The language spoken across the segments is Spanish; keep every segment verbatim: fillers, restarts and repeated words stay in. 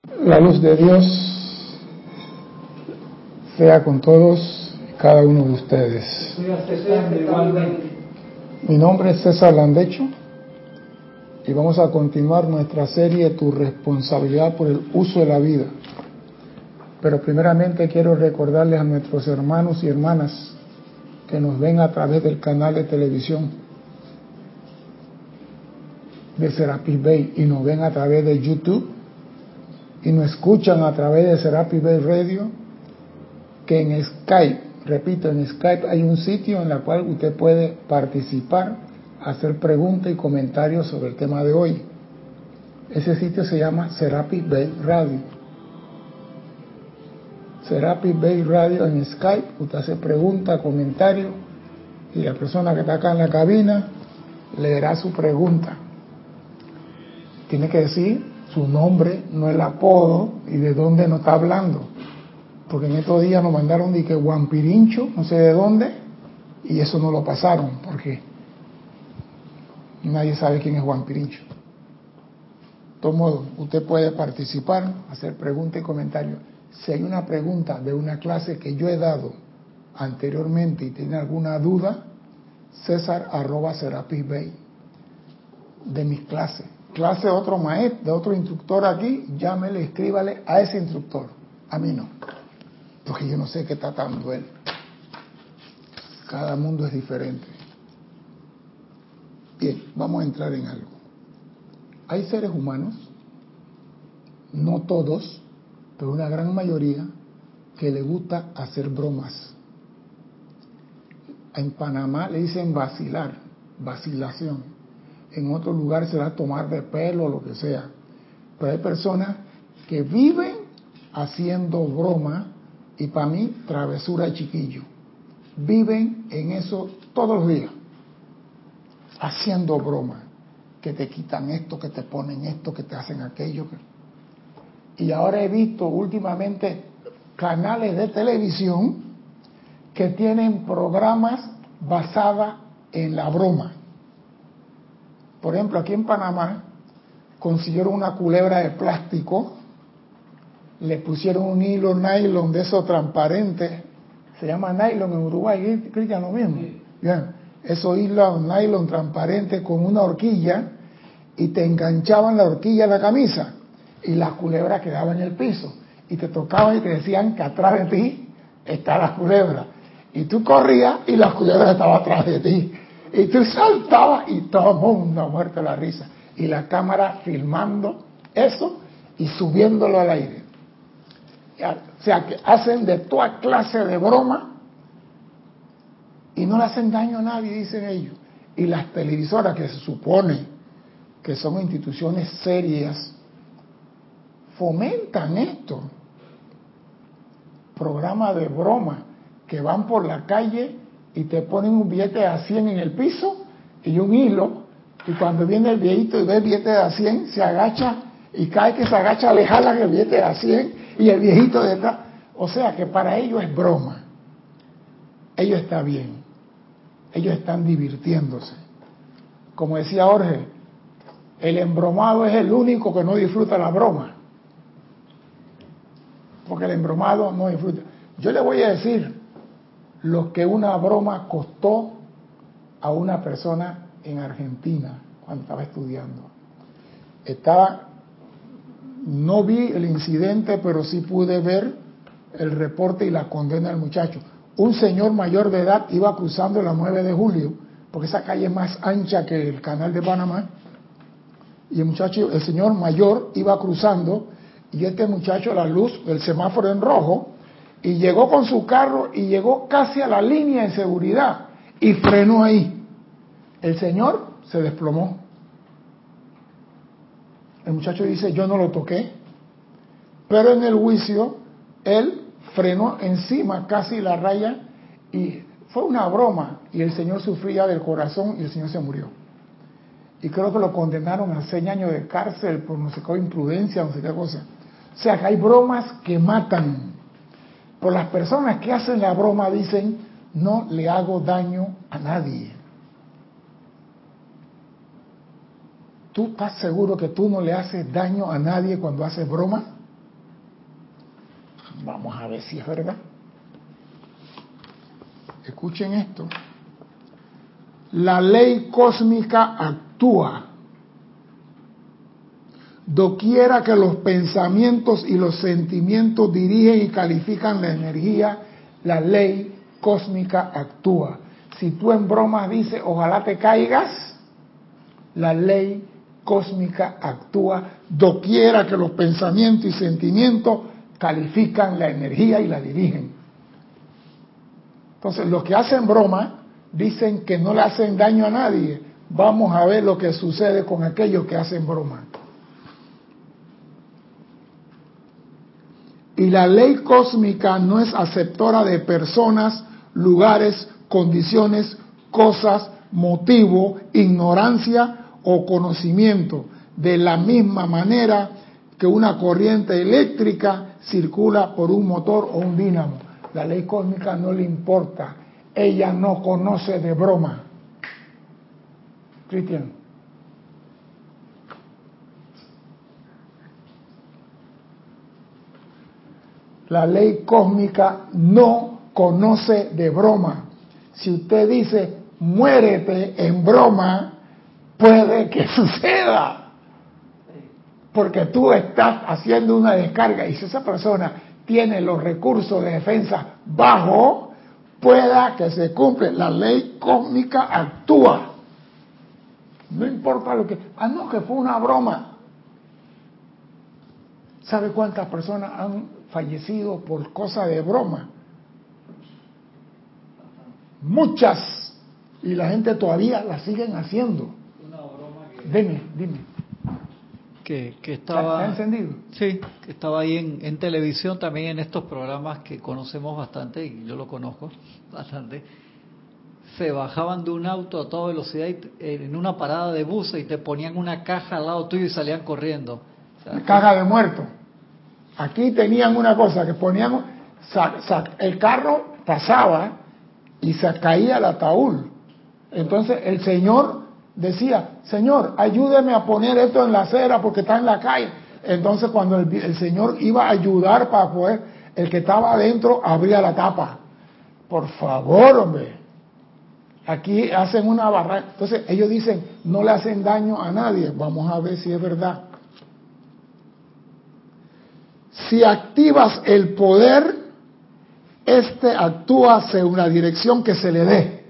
La luz de Dios sea con todos y cada uno de ustedes. Mi nombre es César Landecho y vamos a continuar nuestra serie Tu responsabilidad por el uso de la vida. Pero primeramente quiero recordarles a nuestros hermanos y hermanas que nos ven a través del canal de televisión de Serapis Bay y nos ven a través de YouTube y nos escuchan a través de Serapis Bay Radio, que en Skype, repito, en Skype hay un sitio en el cual usted puede participar, hacer preguntas y comentarios sobre el tema de hoy. Ese sitio se llama Serapis Bay Radio. Serapis Bay Radio en Skype, usted hace preguntas, comentarios y la persona que está acá en la cabina leerá su pregunta. Tiene que decir su nombre, no el apodo y de dónde nos está hablando. Porque en estos días nos mandaron de que Guampirincho, no sé de dónde, y eso no lo pasaron, porque nadie sabe quién es Guampirincho. De todos modos, usted puede participar, hacer preguntas y comentarios. Si hay una pregunta de una clase que yo he dado anteriormente y tiene alguna duda, César arroba Serapis Bay de mis clases. Clase de otro maestro, de otro instructor aquí, llámele, escríbale a ese instructor, a mí no, porque yo no sé qué está dando él. Cada mundo es diferente. Bien, vamos a entrar en algo. Hay seres humanos, no todos, pero una gran mayoría, que le gusta hacer bromas. En Panamá le dicen vacilar, vacilación. En otro lugar será tomar de pelo o lo que sea. Pero hay personas que viven haciendo broma y para mí travesura de chiquillo. Viven en eso todos los días, haciendo broma, que te quitan esto, que te ponen esto, que te hacen aquello. Y ahora he visto últimamente canales de televisión que tienen programas basados en la broma. Por ejemplo, aquí en Panamá consiguieron una culebra de plástico, le pusieron un hilo nylon de esos transparentes, se llama nylon en Uruguay, ¿creen lo mismo? Sí. Bien, esos hilos nylon transparentes con una horquilla y te enganchaban la horquilla en la camisa y la culebra quedaba en el piso y te tocaban y te decían que atrás de ti está la culebra y tú corrías y la culebra estaba atrás de ti. Y tú saltabas y todo el mundo muerto de la risa. Y la cámara filmando eso y subiéndolo al aire. O sea, que hacen de toda clase de broma y no le hacen daño a nadie, dicen ellos. Y las televisoras, que se supone que son instituciones serias, fomentan esto. Programas de broma que van por la calle y te ponen un billete de a cien en el piso y un hilo, y cuando viene el viejito y ve el billete de a cien, se agacha, y cada vez que se agacha le jalan el billete de a cien y el viejito detrás. O sea que para ellos es broma. Ellos están bien. Ellos están divirtiéndose. Como decía Jorge, el embromado es el único que no disfruta la broma. Porque el embromado no disfruta. Yo le voy a decir lo que una broma costó a una persona en Argentina cuando estaba estudiando. Estaba, no vi el incidente, pero sí pude ver el reporte y la condena del muchacho. Un señor mayor de edad iba cruzando la nueve de julio, porque esa calle es más ancha que el canal de Panamá, y el muchacho, el señor mayor iba cruzando, y este muchacho, la luz, el semáforo en rojo, y llegó con su carro y llegó casi a la línea de seguridad y frenó ahí. El señor se desplomó. El muchacho dice, yo no lo toqué, pero en el juicio él frenó encima casi la raya y fue una broma, y el señor sufría del corazón y el señor se murió. Y creo que lo condenaron a seis años de cárcel por no sé qué imprudencia, no sé qué cosa. O sea que hay bromas que matan. Por las personas que hacen la broma dicen, no le hago daño a nadie. ¿Tú estás seguro que tú no le haces daño a nadie cuando haces broma? Vamos a ver si es verdad. Escuchen esto. La ley cósmica actúa doquiera que los pensamientos y los sentimientos dirigen y califican la energía. La ley cósmica actúa. Si tú en bromas dices ojalá te caigas, la ley cósmica actúa doquiera que los pensamientos y sentimientos califican la energía y la dirigen. Entonces, los que hacen broma dicen que no le hacen daño a nadie. Vamos a ver lo que sucede con aquellos que hacen broma. Y la ley cósmica no es aceptora de personas, lugares, condiciones, cosas, motivo, ignorancia o conocimiento, de la misma manera que una corriente eléctrica circula por un motor o un dínamo. La ley cósmica no le importa, ella no conoce de broma. Cristian. La ley cósmica no conoce de broma. Si usted dice muérete en broma, puede que suceda, porque tú estás haciendo una descarga, y si esa persona tiene los recursos de defensa bajos, pueda que se cumpla. La ley cósmica actúa. No importa lo que... Ah, no, que fue una broma. ¿Sabe cuántas personas han fallecido por cosas de broma? Muchas. Y la gente todavía la siguen haciendo. Una broma que... Dime, dime. Que, que estaba... ¿Está encendido? Sí, que estaba ahí en, en televisión también, en estos programas que conocemos bastante, y yo lo conozco bastante. Se bajaban de un auto a toda velocidad y, en una parada de buses, y te ponían una caja al lado tuyo y salían corriendo. O sea, caja de muertos. Aquí tenían una cosa que ponían, sa, sa, el carro pasaba y se caía el ataúd. Entonces el señor decía, señor, ayúdeme a poner esto en la acera porque está en la calle. Entonces cuando el, el señor iba a ayudar para poder, el que estaba adentro abría la tapa. Por favor, hombre. Aquí hacen una barra. Entonces ellos dicen, no le hacen daño a nadie. Vamos a ver si es verdad. Si activas el poder, este actúa según la dirección que se le dé.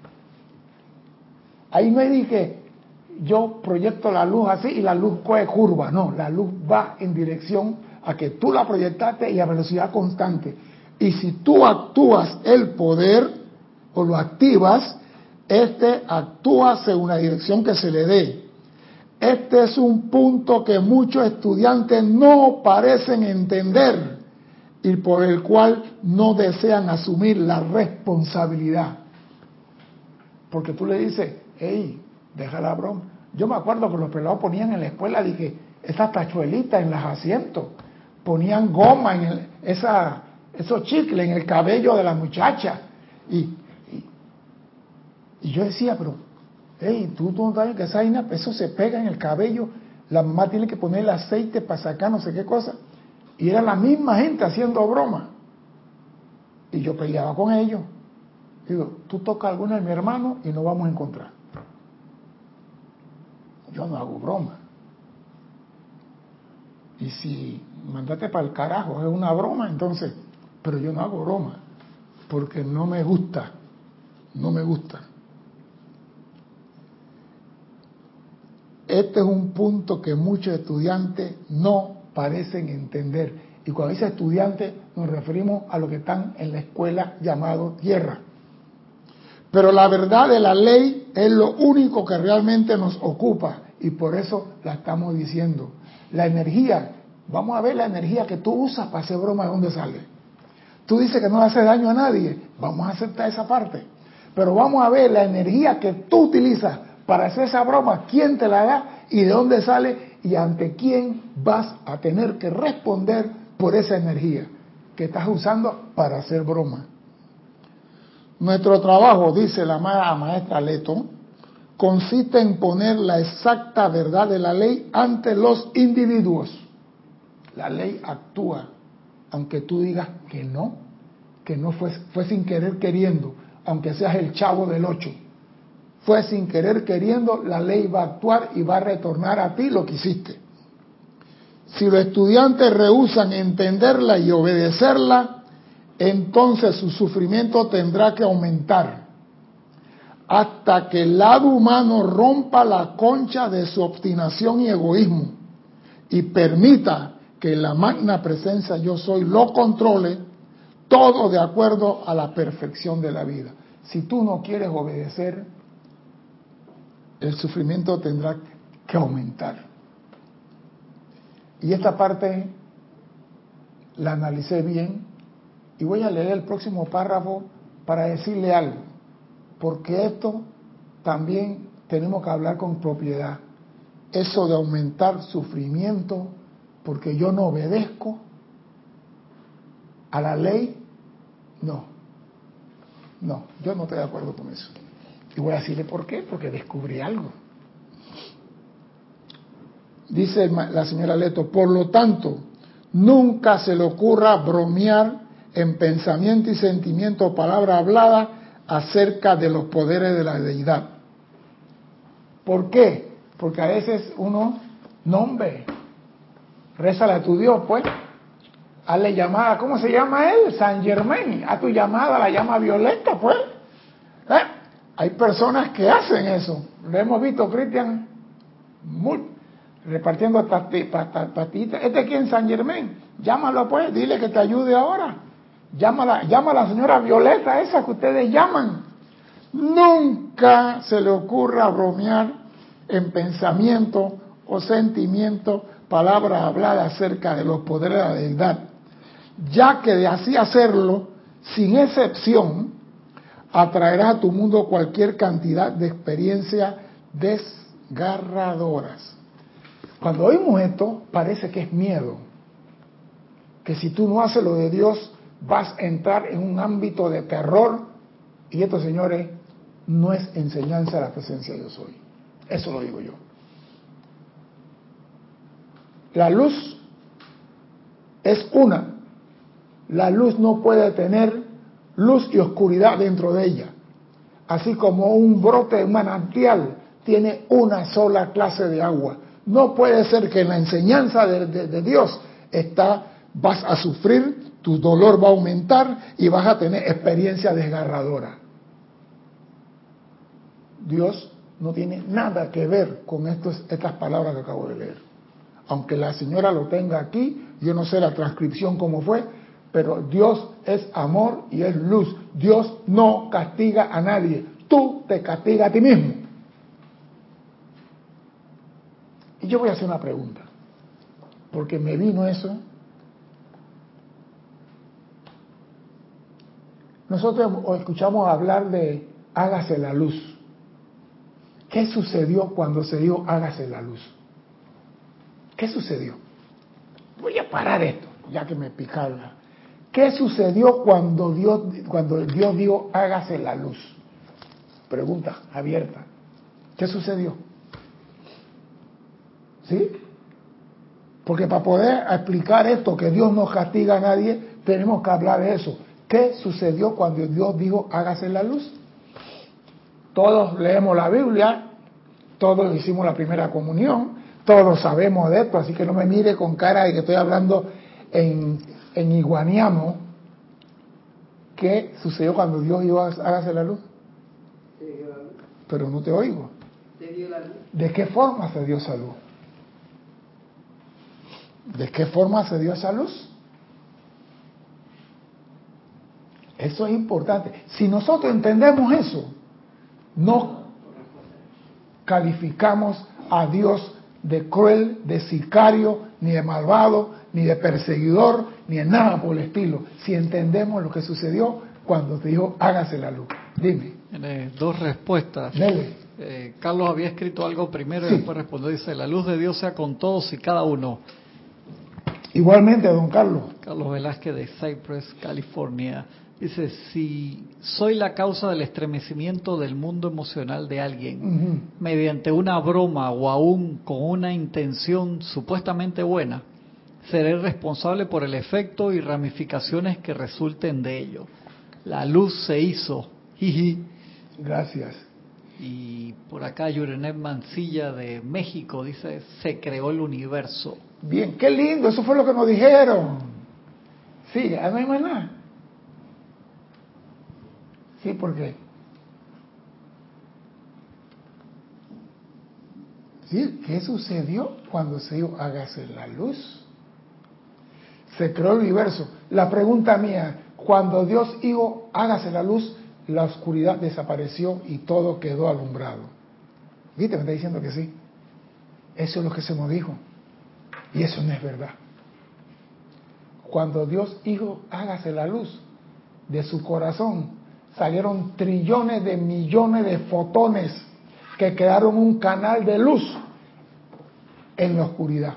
Ahí no hay que yo proyecto la luz así y la luz coge curva. No, la luz va en dirección a que tú la proyectaste y a velocidad constante. Y si tú actúas el poder o lo activas, este actúa según la dirección que se le dé. Este es un punto que muchos estudiantes no parecen entender y por el cual no desean asumir la responsabilidad. Porque tú le dices, hey, deja la broma. Yo me acuerdo que los pelados ponían en la escuela, dije, esas tachuelitas en los asientos, ponían goma en el, esa, esos chicles en el cabello de la muchacha. Y, y, y yo decía, pero, hey, tú, tú no sabes que esa vaina, eso se pega en el cabello, la mamá tiene que poner el aceite para sacar no sé qué cosa. Y era la misma gente haciendo broma. Y yo peleaba con ellos. Digo, tú tocas alguna de mi hermano y nos vamos a encontrar. Yo no hago broma. Y si mandate para el carajo, es una broma, entonces, pero yo no hago broma, porque no me gusta, no me gusta. Este es un punto que muchos estudiantes no parecen entender. Y cuando dice estudiantes, nos referimos a los que están en la escuela llamado tierra. Pero la verdad de la ley es lo único que realmente nos ocupa y por eso la estamos diciendo. La energía, vamos a ver la energía que tú usas para hacer broma, ¿de dónde sale? Tú dices que no le hace daño a nadie, vamos a aceptar esa parte. Pero vamos a ver la energía que tú utilizas para hacer esa broma, quién te la da y de dónde sale y ante quién vas a tener que responder por esa energía que estás usando para hacer broma. Nuestro trabajo, dice la maestra Leto, consiste en poner la exacta verdad de la ley ante los individuos. La ley actúa. aunque tú digas que no, que no fue, fue sin querer queriendo, aunque seas el chavo del ocho, fue sin querer queriendo, la ley va a actuar y va a retornar a ti lo que hiciste. Si los estudiantes rehúsan entenderla y obedecerla, entonces su sufrimiento tendrá que aumentar hasta que el lado humano rompa la concha de su obstinación y egoísmo y permita que la magna presencia yo soy lo controle, todo de acuerdo a la perfección de la vida. Si tú no quieres obedecer, el sufrimiento tendrá que aumentar. Y esta parte la analicé bien y voy a leer el próximo párrafo para decirle algo, porque esto también tenemos que hablar con propiedad. Eso de aumentar sufrimiento porque yo no obedezco a la ley, no, no, yo no estoy de acuerdo con eso. Y voy a decirle por qué, porque descubrí algo. Dice la señora Leto, por lo tanto, nunca se le ocurra bromear en pensamiento y sentimiento o palabra hablada acerca de los poderes de la deidad. ¿Por qué? Porque a veces uno, no hombre, rézale a tu Dios, pues, hazle llamada, ¿cómo se llama él? San Germain, a tu llamada la llama violeta, pues. ¿Eh? Hay personas que hacen eso, lo hemos visto, Cristian, muy repartiendo patitas. ¿Este quién? San Germain. Llámalo pues, dile que te ayude ahora. Llámala, llama a la señora Violeta, esa que ustedes llaman. Nunca se le ocurra bromear en pensamiento o sentimiento, palabra hablada acerca de los poderes de la deidad, ya que de así hacerlo, sin excepción, atraerás a tu mundo cualquier cantidad de experiencias desgarradoras. Cuando oímos esto, parece que es miedo. Que si tú no haces lo de Dios, vas a entrar en un ámbito de terror. Y esto, señores, no es enseñanza de la presencia de Yo Soy. Eso lo digo yo. La luz es una. La luz no puede tener luz y oscuridad dentro de ella. Así como un brote, un manantial, tiene una sola clase de agua. No puede ser que en la enseñanza de, de, de Dios está, vas a sufrir, tu dolor va a aumentar y vas a tener experiencia desgarradora. Dios no tiene nada que ver con estos, estas palabras que acabo de leer. Aunque la señora lo tenga aquí, yo no sé la transcripción cómo fue, pero Dios es amor y es luz. Dios no castiga a nadie. Tú te castigas a ti mismo. Y yo voy a hacer una pregunta, porque me vino eso. Nosotros escuchamos hablar de hágase la luz. ¿Qué sucedió cuando se dijo hágase la luz? ¿Qué sucedió? Voy a parar esto, ya que me picaron. ¿Qué sucedió cuando Dios, cuando Dios dijo hágase la luz? Pregunta abierta. ¿Qué sucedió? ¿Sí? Porque para poder explicar esto, que Dios no castiga a nadie, tenemos que hablar de eso. ¿Qué sucedió cuando Dios dijo hágase la luz? Todos leemos la Biblia, todos hicimos la primera comunión, todos sabemos de esto, así que no me mire con cara de que estoy hablando en, en iguaniano. ¿Qué sucedió cuando Dios dijo hágase la luz? Se dio la luz. Pero no te oigo. Se dio la luz. ¿De qué forma se dio esa luz? ¿De qué forma se dio esa luz? Eso es importante. Si nosotros entendemos eso, no calificamos a Dios de cruel, de sicario, ni de malvado, ni de perseguidor, ni de nada por el estilo. Si entendemos lo que sucedió cuando te dijo hágase la luz. Dime. Tiene dos respuestas. Eh, Carlos había escrito algo primero y sí. Después respondió, dice, la luz de Dios sea con todos y cada uno. Igualmente, don Carlos. Carlos Velázquez de Cypress, California. Dice, si soy la causa del estremecimiento del mundo emocional de alguien, uh-huh. mediante una broma o aún con una intención supuestamente buena, seré responsable por el efecto y ramificaciones que resulten de ello. La luz se hizo. Jiji. Gracias. Y por acá Yurenet Mancilla de México dice, se creó el universo. Bien, qué lindo, eso fue lo que nos dijeron. Sí, no hay más nada. Sí, ¿por qué? Sí, ¿qué sucedió cuando se dijo hágase la luz? Se creó el universo. La pregunta mía, cuando Dios dijo hágase la luz, la oscuridad desapareció y todo quedó alumbrado. ¿Viste? Me está diciendo que sí. Eso es lo que se nos dijo. Y eso no es verdad. Cuando Dios dijo hágase la luz, de su corazón salieron trillones de millones de fotones que crearon un canal de luz en la oscuridad.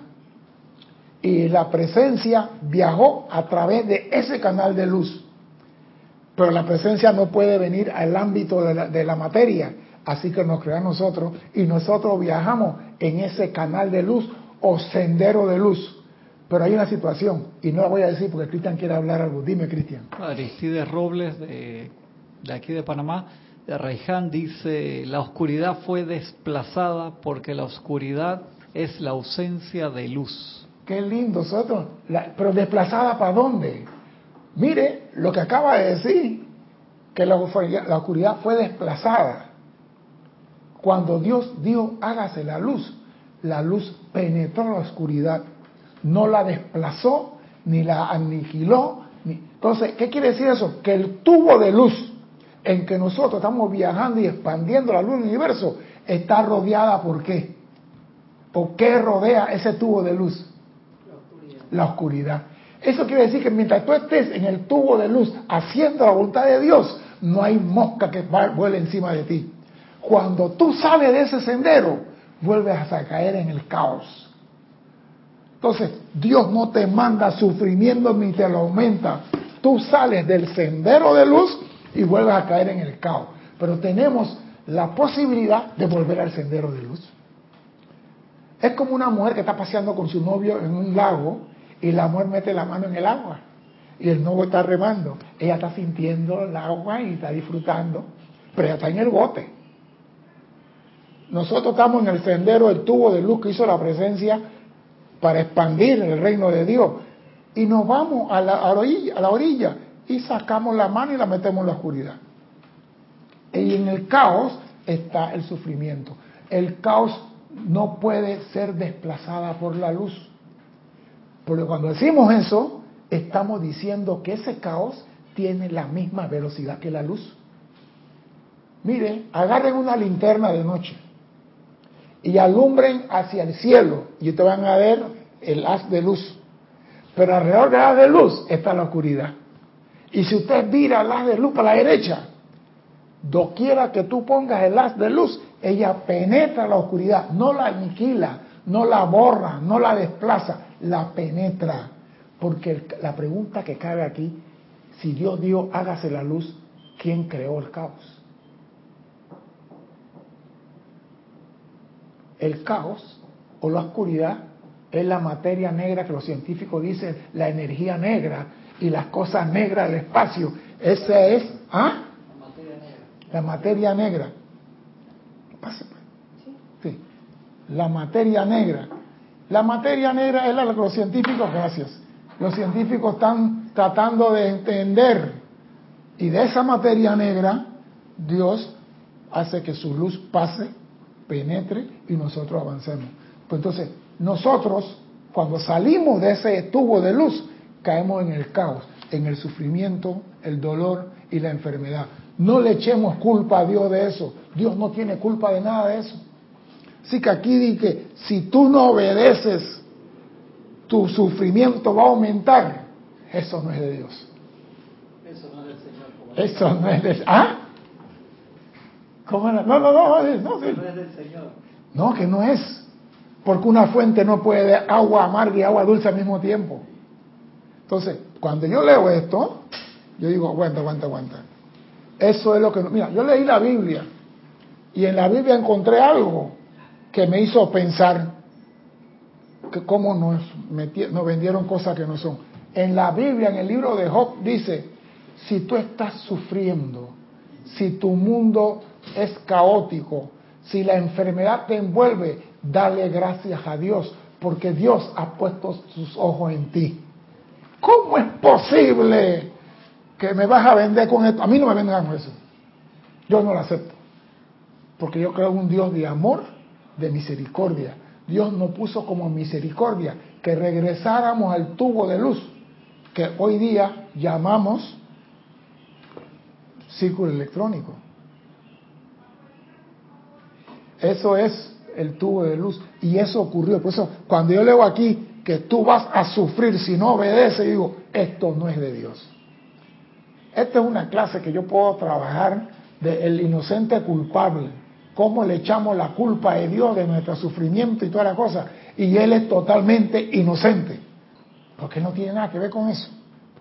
Y la presencia viajó a través de ese canal de luz. Pero la presencia no puede venir al ámbito de la, de la materia. Así que nos crea nosotros y nosotros viajamos en ese canal de luz o sendero de luz. Pero hay una situación, y no la voy a decir porque Cristian quiere hablar algo. Dime, Cristian. Aristides Robles, de, de aquí de Panamá, de Raiján, dice, la oscuridad fue desplazada porque la oscuridad es la ausencia de luz. Qué lindo, nosotros. La, pero desplazada ¿para dónde? Mire lo que acaba de decir, que la, la oscuridad fue desplazada. Cuando Dios dijo, hágase la luz, la luz penetró la oscuridad, no la desplazó, ni la aniquiló. Ni... Entonces, ¿qué quiere decir eso? Que el tubo de luz en que nosotros estamos viajando y expandiendo la luz del universo, está rodeada ¿por qué? ¿Por qué rodea ese tubo de luz? La oscuridad. La oscuridad. Eso quiere decir que mientras tú estés en el tubo de luz haciendo la voluntad de Dios, no hay mosca que vuele encima de ti. Cuando tú sales de ese sendero, vuelves a caer en el caos. Entonces, Dios no te manda sufrimiento ni te lo aumenta. Tú sales del sendero de luz y vuelves a caer en el caos. Pero tenemos la posibilidad de volver al sendero de luz. Es como una mujer que está paseando con su novio en un lago y la mujer mete la mano en el agua y el novio está remando. Ella está sintiendo el agua y está disfrutando, pero ella está en el bote. Nosotros estamos en el sendero del tubo de luz que hizo la presencia para expandir el reino de Dios. Y nos vamos a la, a la, orilla, a la orilla y sacamos la mano y la metemos en la oscuridad. Y en el caos está el sufrimiento. El caos no puede ser desplazada por la luz. Porque cuando decimos eso, estamos diciendo que ese caos tiene la misma velocidad que la luz. Miren, agarren una linterna de noche y alumbren hacia el cielo y ustedes van a ver el haz de luz. Pero alrededor del haz de luz está la oscuridad. Y si usted vira el haz de luz para la derecha, doquiera que tú pongas el haz de luz, ella penetra la oscuridad, no la aniquila, no la borra, no la desplaza, la penetra. Porque el, la pregunta que cabe aquí, si Dios dijo hágase la luz, ¿quién creó el caos? El caos o la oscuridad es la materia negra que los científicos dicen la energía negra y las cosas negras del espacio. Esa es ¿ah? La materia negra. La materia negra. Pase, pues. Sí. La materia negra. La materia negra es la que los científicos, gracias. Los científicos están tratando de entender. Y de esa materia negra, Dios hace que su luz pase, penetre y nosotros avancemos. Pues entonces, nosotros, cuando salimos de ese tubo de luz, caemos en el caos, en el sufrimiento, el dolor y la enfermedad. No le echemos culpa a Dios de eso. Dios no tiene culpa de nada de eso. Así que aquí dice que si tú no obedeces, tu sufrimiento va a aumentar. Eso no es de Dios. Eso no es del Señor. Como Eso no es de... ¿Ah? ¿Cómo era? No, no, no, no, no, sí. no es del Señor. No, que no es. Porque una fuente no puede dar agua amarga y agua dulce al mismo tiempo. Entonces, cuando yo leo esto, yo digo, aguanta, aguanta, aguanta. Eso es lo que... Mira, yo leí la Biblia y en la Biblia encontré algo que me hizo pensar. que cómo nos, meti- nos vendieron cosas que no son. En la Biblia, en el libro de Job, dice, si tú estás sufriendo, si tu mundo es caótico, si la enfermedad te envuelve, dale gracias a Dios, porque Dios ha puesto sus ojos en ti. ¿Cómo es posible que me vas a vender con esto? A mí no me vendan con eso. Yo no lo acepto. Porque yo creo en un Dios de amor, de misericordia. Dios nos puso como misericordia que regresáramos al tubo de luz que hoy día llamamos círculo electrónico. Eso es el tubo de luz. Y eso ocurrió. Por eso, cuando yo leo aquí que tú vas a sufrir si no obedeces, digo, esto no es de Dios. Esta es una clase que yo puedo trabajar del inocente culpable. Cómo le echamos la culpa a Dios de nuestro sufrimiento y toda la cosa. Y Él es totalmente inocente. Porque no tiene nada que ver con eso.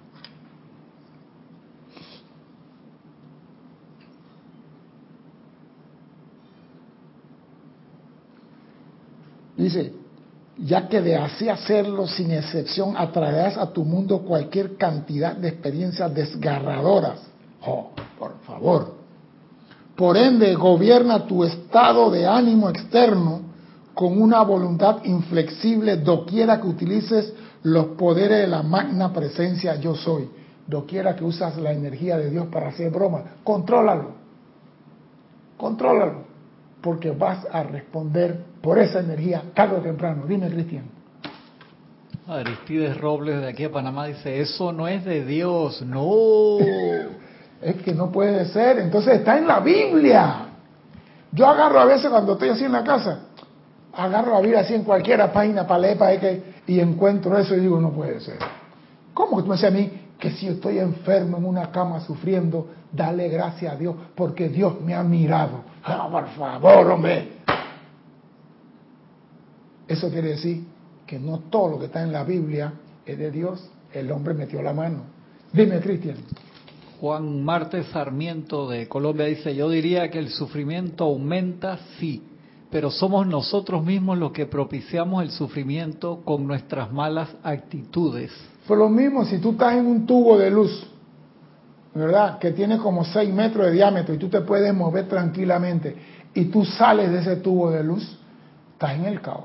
Dice, ya que de así hacerlo sin excepción atraerás a tu mundo cualquier cantidad de experiencias desgarradoras. Oh, por favor. Por ende, gobierna tu estado de ánimo externo con una voluntad inflexible doquiera que utilices los poderes de la magna presencia yo soy. Doquiera que usas la energía de Dios para hacer broma, contrólalo. Contrólalo. Porque vas a responder por esa energía tarde o temprano. Dime, Cristian. Aristides Robles de aquí a Panamá dice, eso no es de Dios, no. Es que no puede ser, entonces está en la Biblia. Yo agarro a veces cuando estoy así en la casa, agarro la Biblia así en cualquier página para leer, para que, y encuentro eso y digo, no puede ser. ¿Cómo que tú me dices a mí que si yo estoy enfermo en una cama sufriendo, dale gracias a Dios porque Dios me ha mirado? Ah, por favor, hombre. Eso quiere decir que no todo lo que está en la Biblia es de Dios. El hombre metió la mano. Dime, Cristian. Juan Marte Sarmiento de Colombia dice, yo diría que el sufrimiento aumenta, sí, pero somos nosotros mismos los que propiciamos el sufrimiento con nuestras malas actitudes. Fue lo mismo si tú estás en un tubo de luz, ¿verdad? Que tiene como seis metros de diámetro y tú te puedes mover tranquilamente y tú sales de ese tubo de luz, estás en el caos.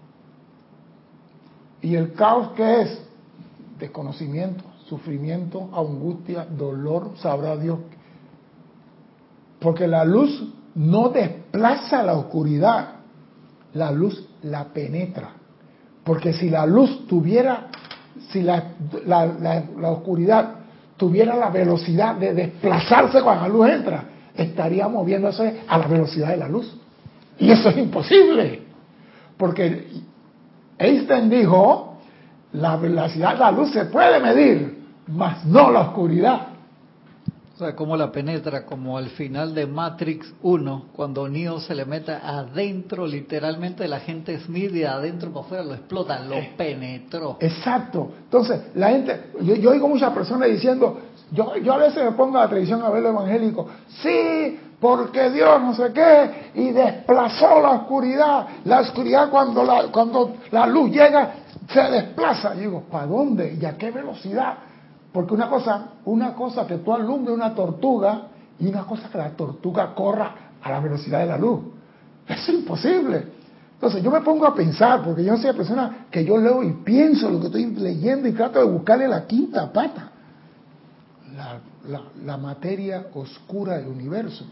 ¿Y el caos qué es? Desconocimiento, sufrimiento, angustia, dolor, sabrá Dios. Porque la luz no desplaza la oscuridad, la luz la penetra. Porque si la luz tuviera, si la, la, la, la oscuridad tuviera la velocidad de desplazarse cuando la luz entra, estaría moviéndose a la velocidad de la luz. Y eso es imposible. Porque Einstein dijo, la velocidad de la luz se puede medir, mas no la oscuridad. O sea, cómo la penetra, como al final de Matrix uno, cuando Neo se le mete adentro, literalmente la gente Smith de adentro para afuera lo explota, lo penetró. Exacto. Entonces, la gente, yo, yo oigo muchas personas diciendo, yo, yo a veces me pongo a la televisión a ver lo evangélico, sí, porque Dios no sé qué, y desplazó la oscuridad. La oscuridad cuando la, cuando la luz llega, se desplaza. Y digo, ¿para dónde? ¿Y a qué velocidad? Porque una cosa, una cosa que tú alumbres una tortuga y una cosa que la tortuga corra a la velocidad de la luz. Eso es imposible. Entonces yo me pongo a pensar, porque yo no soy la persona que yo leo y pienso lo que estoy leyendo y trato de buscarle la quinta pata. La, la, la materia oscura del universo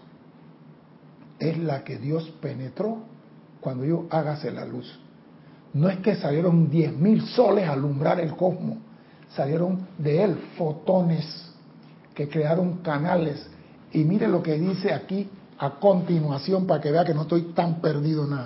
es la que Dios penetró cuando yo hágase la luz. No es que salieron diez mil soles a alumbrar el cosmos. Salieron de él fotones que crearon canales. Y mire lo que dice aquí a continuación para que vea que no estoy tan perdido nada.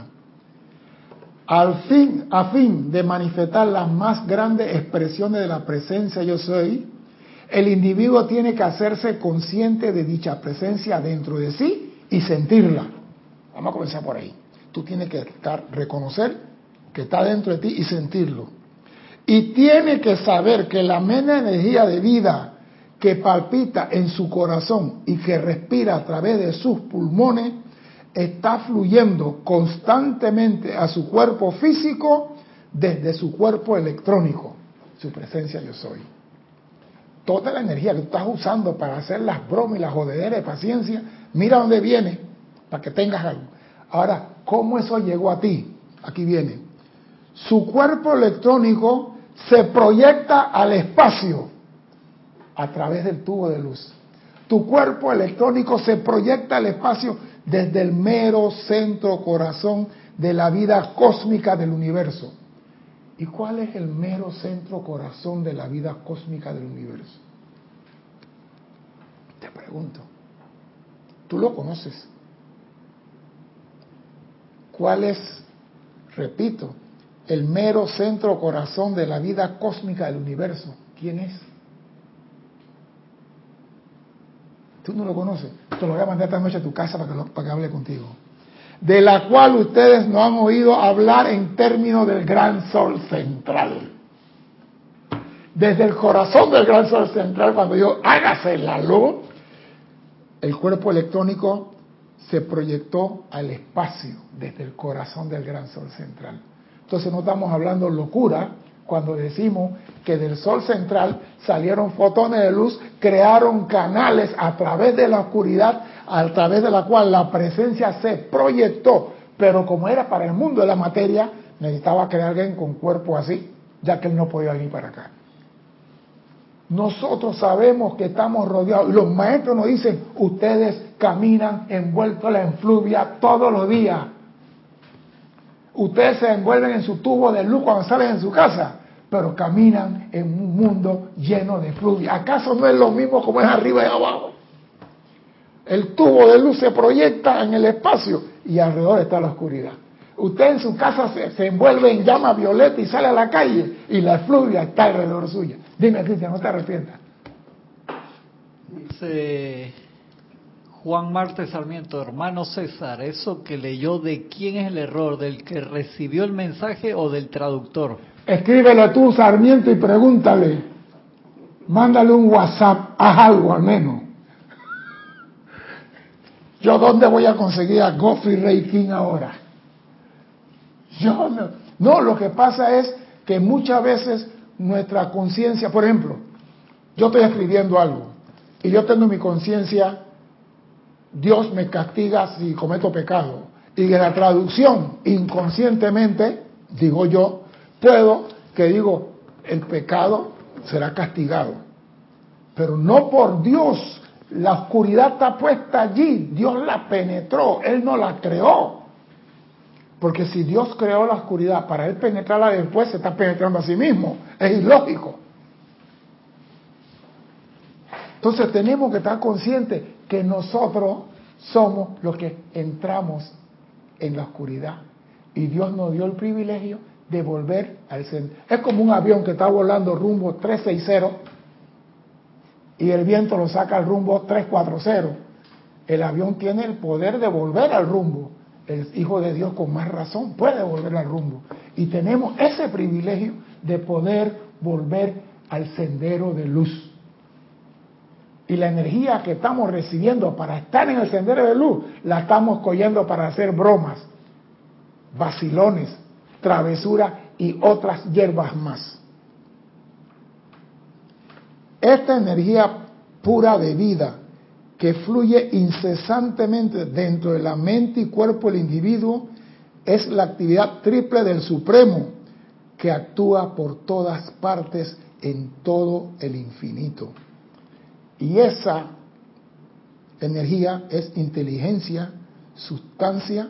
Al fin, a fin de manifestar las más grandes expresiones de la presencia yo soy, el individuo tiene que hacerse consciente de dicha presencia dentro de sí y sentirla. Vamos a comenzar por ahí. Tú tienes que estar, reconocer que está dentro de ti y sentirlo. Y tiene que saber que la mera energía de vida que palpita en su corazón y que respira a través de sus pulmones está fluyendo constantemente a su cuerpo físico desde su cuerpo electrónico, su presencia yo soy. Toda la energía que tú estás usando para hacer las bromas y las jodederas de paciencia, mira dónde viene, para que tengas algo. Ahora, ¿cómo eso llegó a ti? Aquí viene. Su cuerpo electrónico se proyecta al espacio a través del tubo de luz. Tu cuerpo electrónico se proyecta al espacio desde el mero centro corazón de la vida cósmica del universo. ¿Y cuál es el mero centro corazón de la vida cósmica del universo? Te pregunto. Tú lo conoces. ¿Cuál es, repito, el mero centro corazón de la vida cósmica del universo? ¿Quién es? Tú no lo conoces. Te lo voy a mandar esta noche a tu casa para que, lo, para que hable contigo. De la cual ustedes no han oído hablar en términos del gran sol central. Desde el corazón del gran sol central, cuando yo hágase la luz, el cuerpo electrónico se proyectó al espacio desde el corazón del gran sol central. Entonces no estamos hablando locura cuando decimos que del sol central salieron fotones de luz, crearon canales a través de la oscuridad, a través de la cual la presencia se proyectó, pero como era para el mundo de la materia, necesitaba crear alguien con cuerpo así, ya que él no podía venir para acá. Nosotros sabemos que estamos rodeados, y los maestros nos dicen, ustedes caminan envueltos en la efluvia todos los días. Ustedes se envuelven en su tubo de luz cuando salen de su casa, pero caminan en un mundo lleno de efluvia. ¿Acaso no es lo mismo como es arriba y abajo? El tubo de luz se proyecta en el espacio y alrededor está la oscuridad. Usted en su casa se, se envuelve en llama violeta y sale a la calle y la efluvia está alrededor suya. Dime, Cristian, no te arrepientas. Dice Juan Marte Sarmiento, hermano César, ¿eso que leyó de quién es el error? ¿Del que recibió el mensaje o del traductor? Escríbele tú, Sarmiento, y pregúntale. Mándale un WhatsApp, haz algo al menos. ¿Yo dónde voy a conseguir a Geoffrey Ray King ahora? Yo no. No, lo que pasa es que muchas veces nuestra conciencia, por ejemplo, yo estoy escribiendo algo y yo tengo mi conciencia, Dios me castiga si cometo pecado. Y en la traducción, inconscientemente, digo yo, puedo que digo, el pecado será castigado. Pero no por Dios. La oscuridad está puesta allí. Dios la penetró. Él no la creó. Porque si Dios creó la oscuridad para Él penetrarla después, se está penetrando a sí mismo. Es ilógico. Entonces tenemos que estar conscientes que nosotros somos los que entramos en la oscuridad. Y Dios nos dio el privilegio de volver al centro. Es como un avión que está volando rumbo trescientos sesenta y el viento lo saca al rumbo trescientos cuarenta. El avión tiene el poder de volver al rumbo. El Hijo de Dios con más razón puede volver al rumbo. Y tenemos ese privilegio de poder volver al sendero de luz. Y la energía que estamos recibiendo para estar en el sendero de luz, la estamos cogiendo para hacer bromas, vacilones, travesuras y otras hierbas más. Esta energía pura de vida que fluye incesantemente dentro de la mente y cuerpo del individuo es la actividad triple del Supremo que actúa por todas partes en todo el infinito. Y esa energía es inteligencia, sustancia,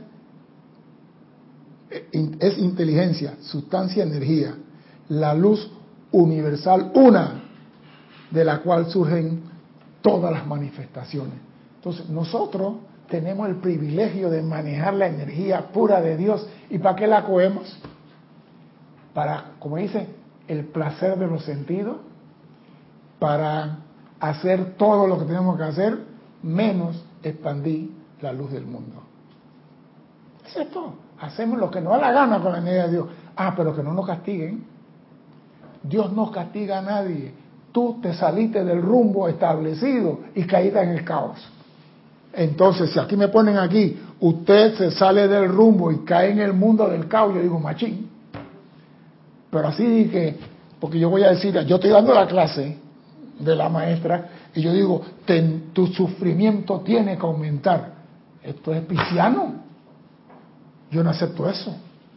es inteligencia, sustancia, energía, la luz universal una, de la cual surgen todas las manifestaciones. Entonces nosotros tenemos el privilegio de manejar la energía pura de Dios. ¿Y para qué la cogemos? Para, como dice, el placer de los sentidos, para hacer todo lo que tenemos que hacer, menos expandir la luz del mundo. Eso es todo. Hacemos lo que nos da la gana con la energía de Dios. Ah, pero que no nos castiguen. Dios no castiga a nadie. Tú te saliste del rumbo establecido y caíste en el caos. Entonces, si aquí me ponen aquí, usted se sale del rumbo y cae en el mundo del caos, yo digo, machín. Pero así dije, porque yo voy a decir, yo estoy dando la clase de la maestra y yo digo, ten, tu sufrimiento tiene que aumentar. Esto es pisciano. Yo no acepto eso.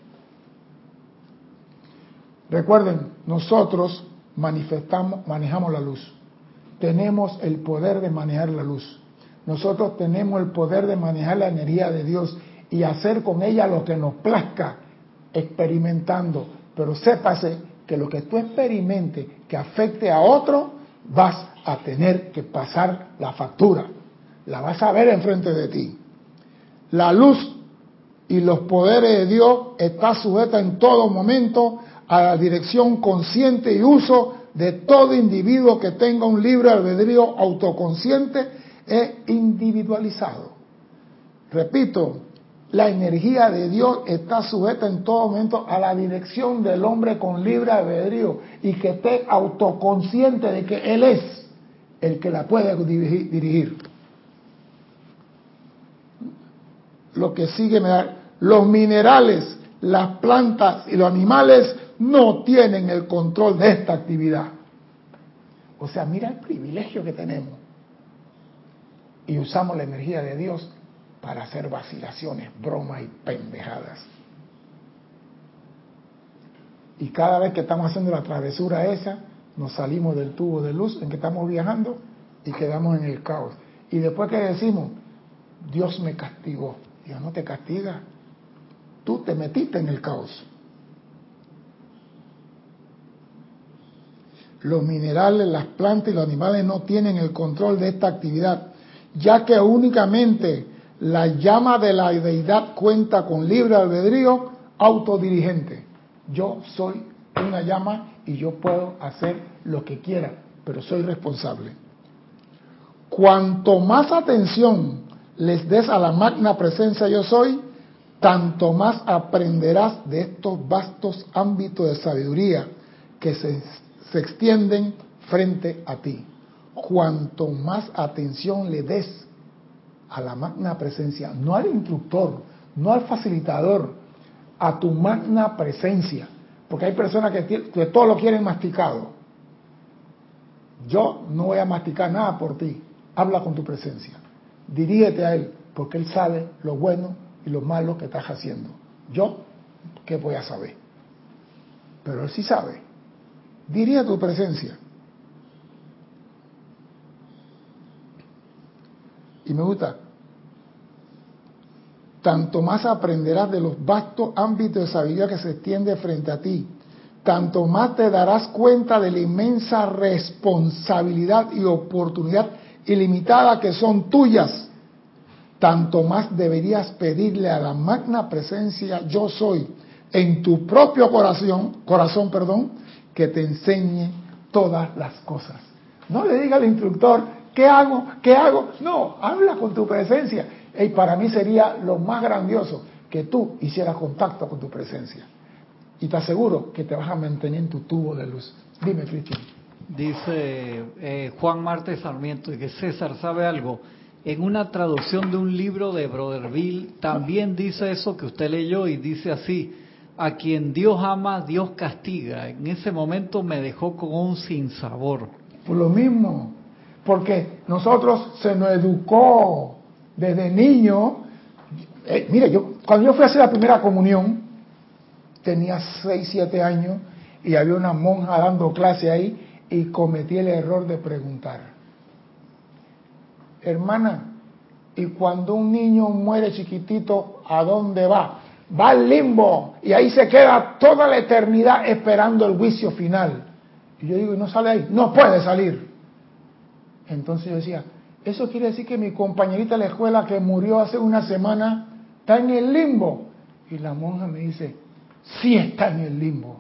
Recuerden, nosotros manifestamos, manejamos la luz. Tenemos el poder de manejar la luz. Nosotros tenemos el poder de manejar la energía de Dios y hacer con ella lo que nos plazca, experimentando. Pero sépase que lo que tú experimentes que afecte a otro, vas a tener que pasar la factura. La vas a ver enfrente de ti. La luz y los poderes de Dios está sujeta en todo momento a la dirección consciente y uso de todo individuo que tenga un libre albedrío autoconsciente e individualizado. Repito, la energía de Dios está sujeta en todo momento a la dirección del hombre con libre albedrío y que esté autoconsciente de que Él es el que la puede dirigir. Lo que sigue me da, los minerales, las plantas y los animales no tienen el control de esta actividad. O sea, mira el privilegio que tenemos. Y usamos la energía de Dios para hacer vacilaciones, bromas y pendejadas. Y cada vez que estamos haciendo la travesura esa, nos salimos del tubo de luz en que estamos viajando y quedamos en el caos. Y después que decimos, Dios me castigó. Dios no te castiga. Tú te metiste en el caos. Los minerales, las plantas y los animales no tienen el control de esta actividad, ya que únicamente la llama de la deidad cuenta con libre albedrío autodirigente. Yo soy una llama y yo puedo hacer lo que quiera, pero soy responsable. Cuanto más atención les des a la magna presencia yo soy, tanto más aprenderás de estos vastos ámbitos de sabiduría que se, se extienden frente a ti. Cuanto más atención le des a la magna presencia, no al instructor, no al facilitador, a tu magna presencia, porque hay personas que, que todo lo quieren masticado. Yo no voy a masticar nada por ti, habla con tu presencia, dirígete a Él, porque Él sabe lo bueno y lo malo que estás haciendo. Yo, ¿qué voy a saber? Pero Él sí sabe. Dirige a tu presencia. Y me gusta, tanto más aprenderás de los vastos ámbitos de sabiduría que se extiende frente a ti, tanto más te darás cuenta de la inmensa responsabilidad y oportunidad ilimitada que son tuyas, tanto más deberías pedirle a la magna presencia yo soy en tu propio corazón, corazón, perdón, que te enseñe todas las cosas. No le diga al instructor, ¿qué hago? ¿Qué hago? No, habla con tu presencia. Y para mí sería lo más grandioso que tú hicieras contacto con tu presencia. Y te aseguro que te vas a mantener en tu tubo de luz. Dime, Cristian. Dice eh, Juan Marte Sarmiento, y que César sabe algo. En una traducción de un libro de Broderville también dice eso que usted leyó y dice así: a quien Dios ama, Dios castiga. En ese momento me dejó con un sinsabor. Por lo mismo, porque nosotros se nos educó desde niño. Eh, mire, yo cuando yo fui a hacer la primera comunión, tenía seis, siete años y había una monja dando clase ahí y cometí el error de preguntar: hermana, ¿y cuando un niño muere chiquitito, a dónde va? Va al limbo y ahí se queda toda la eternidad esperando el juicio final. Y yo digo, ¿y no sale ahí? No puede salir. Entonces yo decía, eso quiere decir que mi compañerita de la escuela que murió hace una semana está en el limbo. Y la monja me dice, sí está en el limbo.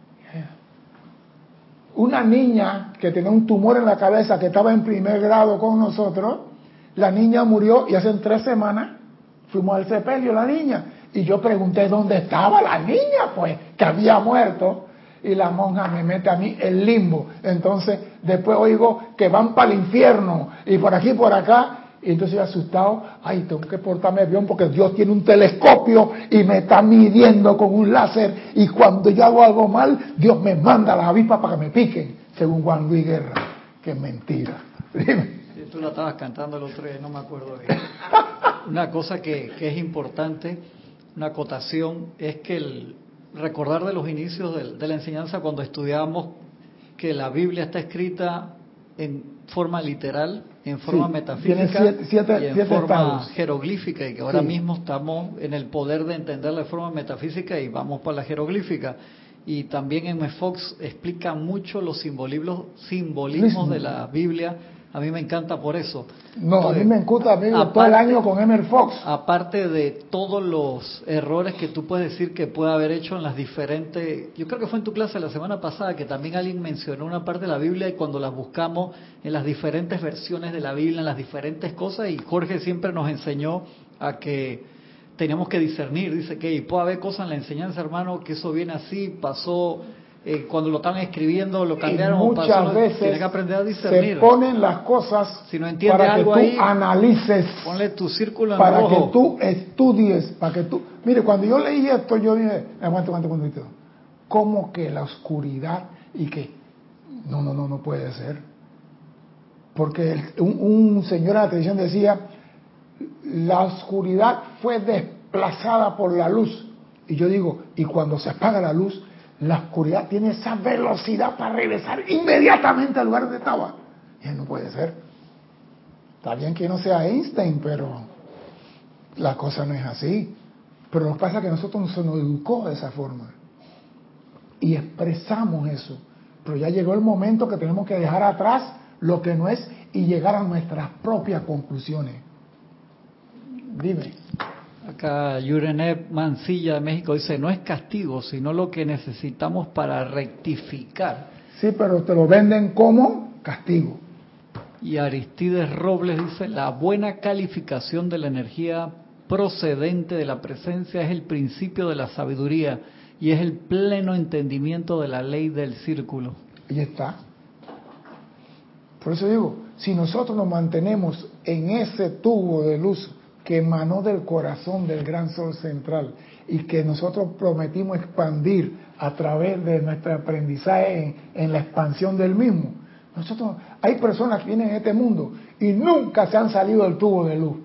Una niña que tenía un tumor en la cabeza que estaba en primer grado con nosotros, la niña murió y hace tres semanas fuimos al sepelio la niña. Y yo pregunté dónde estaba la niña, pues, que había muerto. Y la monja me mete a mí el limbo. Entonces, después oigo que van para el infierno y por aquí y por acá. Y entonces yo asustado, ay, tengo que portarme bien porque Dios tiene un telescopio y me está midiendo con un láser y cuando yo hago algo mal, Dios me manda a las avispas para que me piquen, según Juan Luis Guerra. Qué mentira. Dime. Sí, tú la estabas cantando el otro día, no me acuerdo bien. Una cosa que, que es importante, una acotación, es que el recordar de los inicios de, de la enseñanza cuando estudiábamos que la Biblia está escrita en forma literal, en forma Sí, metafísica siete, siete, y en siete forma estados. jeroglífica, y que ahora Sí. mismo estamos en el poder de entenderla de forma metafísica y vamos para la jeroglífica. Y también M. Fox explica mucho los simbolismos, simbolismos de la Biblia. A mí me encanta por eso. No, Entonces, a mí me encanta a mí aparte, todo el año con Emer Fox. Aparte de todos los errores que tú puedes decir que puede haber hecho en las diferentes... Yo creo que fue en tu clase la semana pasada que también alguien mencionó una parte de la Biblia y cuando las buscamos en las diferentes versiones de la Biblia, en las diferentes cosas, y Jorge siempre nos enseñó a que teníamos que discernir. Dice que puede haber cosas en la enseñanza, hermano, que eso viene así, pasó... Eh, cuando lo estaban escribiendo lo cambiaron, y muchas pasó, veces tiene que aprender a discernir. se ponen las cosas si no entiende para que algo tú ahí, analices, ponle tu círculo en para rojo. que tú estudies, para que tú... Mire, cuando yo leí esto, yo dije, aguanta, aguanta un momentito, ¿cómo que la oscuridad y que no, no, no, no puede ser? Porque el, un, un señor en la televisión decía, la oscuridad fue desplazada por la luz. Y yo digo, y cuando se apaga la luz, la oscuridad tiene esa velocidad para regresar inmediatamente al lugar donde estaba. Y no puede ser. Está bien que no sea Einstein, pero la cosa no es así. Pero lo que pasa es que nosotros se nos educó de esa forma. Y expresamos eso. Pero ya llegó el momento que tenemos que dejar atrás lo que no es y llegar a nuestras propias conclusiones. Dime. Acá Yurenet Mancilla de México dice, no es castigo, sino lo que necesitamos para rectificar. Sí, pero te lo venden como castigo. Y Aristides Robles dice, la buena calificación de la energía procedente de la presencia es el principio de la sabiduría y es el pleno entendimiento de la ley del círculo. Ahí está. Por eso digo, si nosotros nos mantenemos en ese tubo de luz que emanó del corazón del gran sol central y que nosotros prometimos expandir a través de nuestro aprendizaje en, en la expansión del mismo, nosotros, hay personas que vienen en este mundo y nunca se han salido del tubo de luz.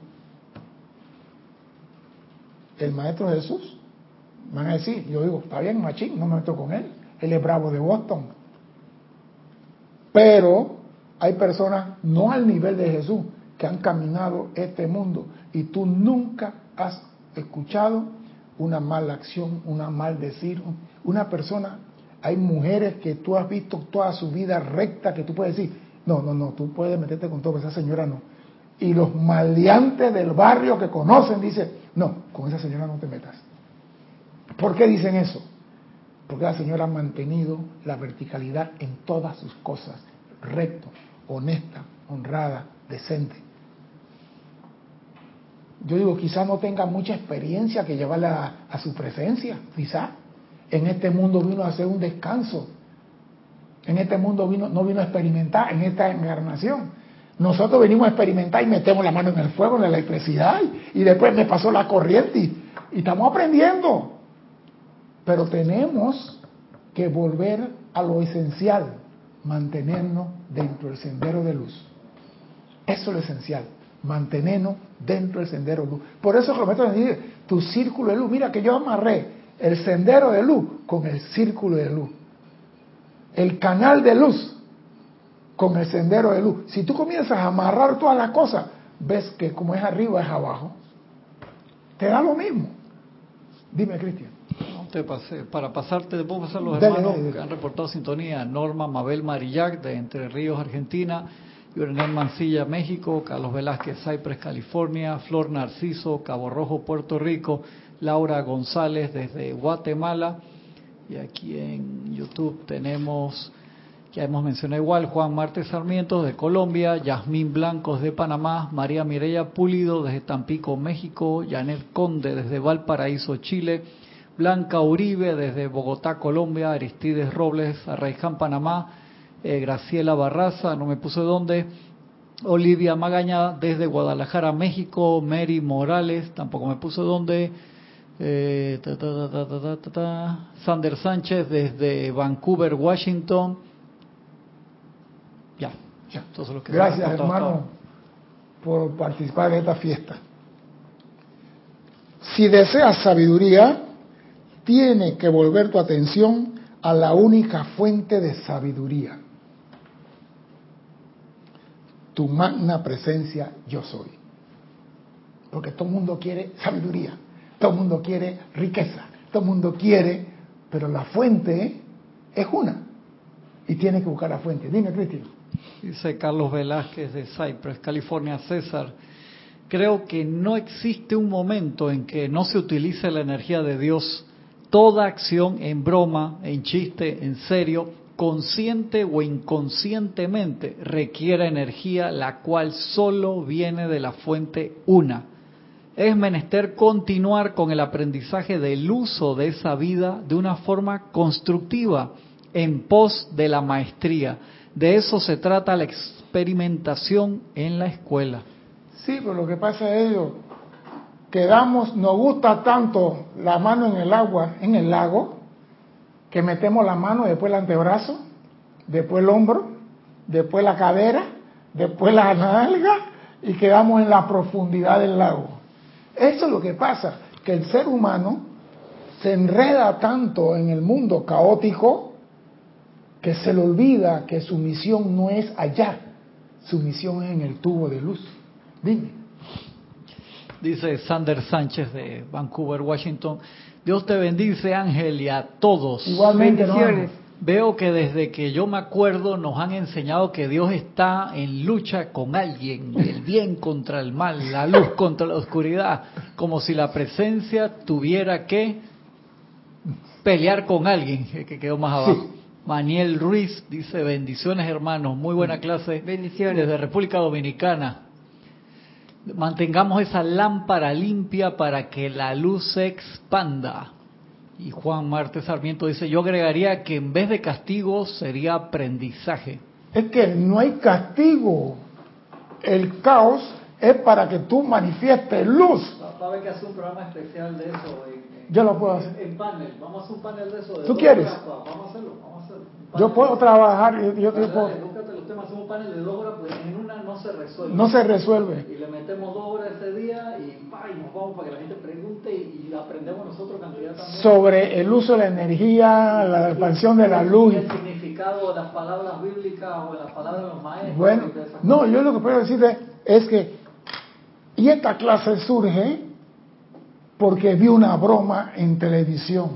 El Maestro Jesús, van a decir, yo digo, está bien, machín, no me meto con él, él es bravo de Boston. Pero hay personas, no al nivel de Jesús, que han caminado este mundo y tú nunca has escuchado una mala acción, una mal decir, una persona. Hay mujeres que tú has visto toda su vida recta que tú puedes decir, no, no, no, tú puedes meterte con todo, pero esa señora no. Y los maleantes del barrio que conocen dicen, no, con esa señora no te metas. ¿Por qué dicen eso? Porque la señora ha mantenido la verticalidad en todas sus cosas, recto, honesta, honrada, decente. Yo digo, quizá no tenga mucha experiencia que llevarla a, a su presencia, quizá. En este mundo vino a hacer un descanso. En este mundo vino, no vino a experimentar en esta encarnación. Nosotros venimos a experimentar y metemos la mano en el fuego, en la electricidad, y, y después me pasó la corriente y, y estamos aprendiendo. Pero tenemos que volver a lo esencial, mantenernos dentro del sendero de luz. Eso es lo esencial, mantenernos dentro del sendero de luz. Por eso que lo meto en decir, tu círculo de luz. Mira que yo amarré el sendero de luz con el círculo de luz. El canal de luz con el sendero de luz. Si tú comienzas a amarrar todas las cosas, ves que como es arriba es abajo. Te da lo mismo. Dime, Cristian. No te pasé. Para pasarte, te puedo pasar los Dale, hermanos dale, dale. que han reportado sintonía. Norma Mabel Marillac de Entre Ríos, Argentina. Yurenel Mancilla, México. Carlos Velázquez, Cypress, California. Flor Narciso, Cabo Rojo, Puerto Rico. Laura González desde Guatemala. Y aquí en YouTube tenemos, ya hemos mencionado igual, Juan Marte Sarmiento de Colombia, Yasmín Blancos de Panamá, María Mireya Pulido desde Tampico, México, Janet Conde desde Valparaíso, Chile, Blanca Uribe desde Bogotá, Colombia, Aristides Robles, Arraiján, Panamá, eh, Graciela Barraza, no me puse dónde, Olivia Magaña desde Guadalajara, México. Mary Morales, tampoco me puso dónde. Eh, ta, ta, ta, ta, ta, ta, ta. Sander Sánchez desde Vancouver, Washington. Ya, ya. Entonces, lo que Gracias, hermano, por participar en esta fiesta. Si deseas sabiduría, tiene que volver tu atención a la única fuente de sabiduría. Tu magna presencia yo soy. Porque todo el mundo quiere sabiduría, todo el mundo quiere riqueza, todo el mundo quiere, pero la fuente es una. Y tiene que buscar la fuente. Dime, Cristian. Dice Carlos Velázquez de Cypress, California. César, creo que no existe un momento en que no se utilice la energía de Dios. Toda acción en broma, en chiste, en serio, consciente o inconscientemente, requiere energía, la cual solo viene de la fuente una. Es menester continuar con el aprendizaje del uso de esa vida de una forma constructiva, en pos de la maestría. De eso se trata la experimentación en la escuela. Sí, pero lo que pasa es ello, que damos, nos gusta tanto la mano en el agua, en el lago, que metemos la mano, después el antebrazo, después el hombro, después la cadera, después la nalga, y quedamos en la profundidad del lago. Eso es lo que pasa, que el ser humano se enreda tanto en el mundo caótico que se le olvida que su misión no es allá, su misión es en el tubo de luz. Dime. Dice Sander Sánchez de Vancouver, Washington. Dios te bendice, Ángel, y a todos. Igualmente, bendiciones. No, veo que desde que yo me acuerdo nos han enseñado que Dios está en lucha con alguien, el bien contra el mal, la luz contra la oscuridad, como si la presencia tuviera que pelear con alguien, que quedó más abajo. Sí. Maniel Ruiz dice, bendiciones hermanos, muy buena clase. Bendiciones. Desde República Dominicana. Mantengamos esa lámpara limpia para que la luz se expanda. Y Juan Marte Sarmiento dice, yo agregaría que en vez de castigo sería aprendizaje. Es que no hay castigo. El caos es para que tú manifiestes luz. Va a haber que hacer un programa especial de eso. En, en, yo lo puedo hacer. En, en panel. Vamos a hacer un panel de eso. De ¿Tú quieres? Horas, vamos a hacerlo. Vamos a hacerlo. Yo puedo trabajar. Yo, yo, yo puedo. Búscate los temas, hacemos un panel de dos horas, pues en una no se resuelve. No se resuelve. Y le metemos dos horas ese día y, pa, y nos vamos para que la gente pregunte y, y aprendemos nosotros cantidad también. Sobre el uso de la energía, la expansión de la luz. Y el significado de las palabras bíblicas o de las palabras de los maestros. Bueno, no, yo lo que puedo decirte es que, y esta clase surge porque vi una broma en televisión.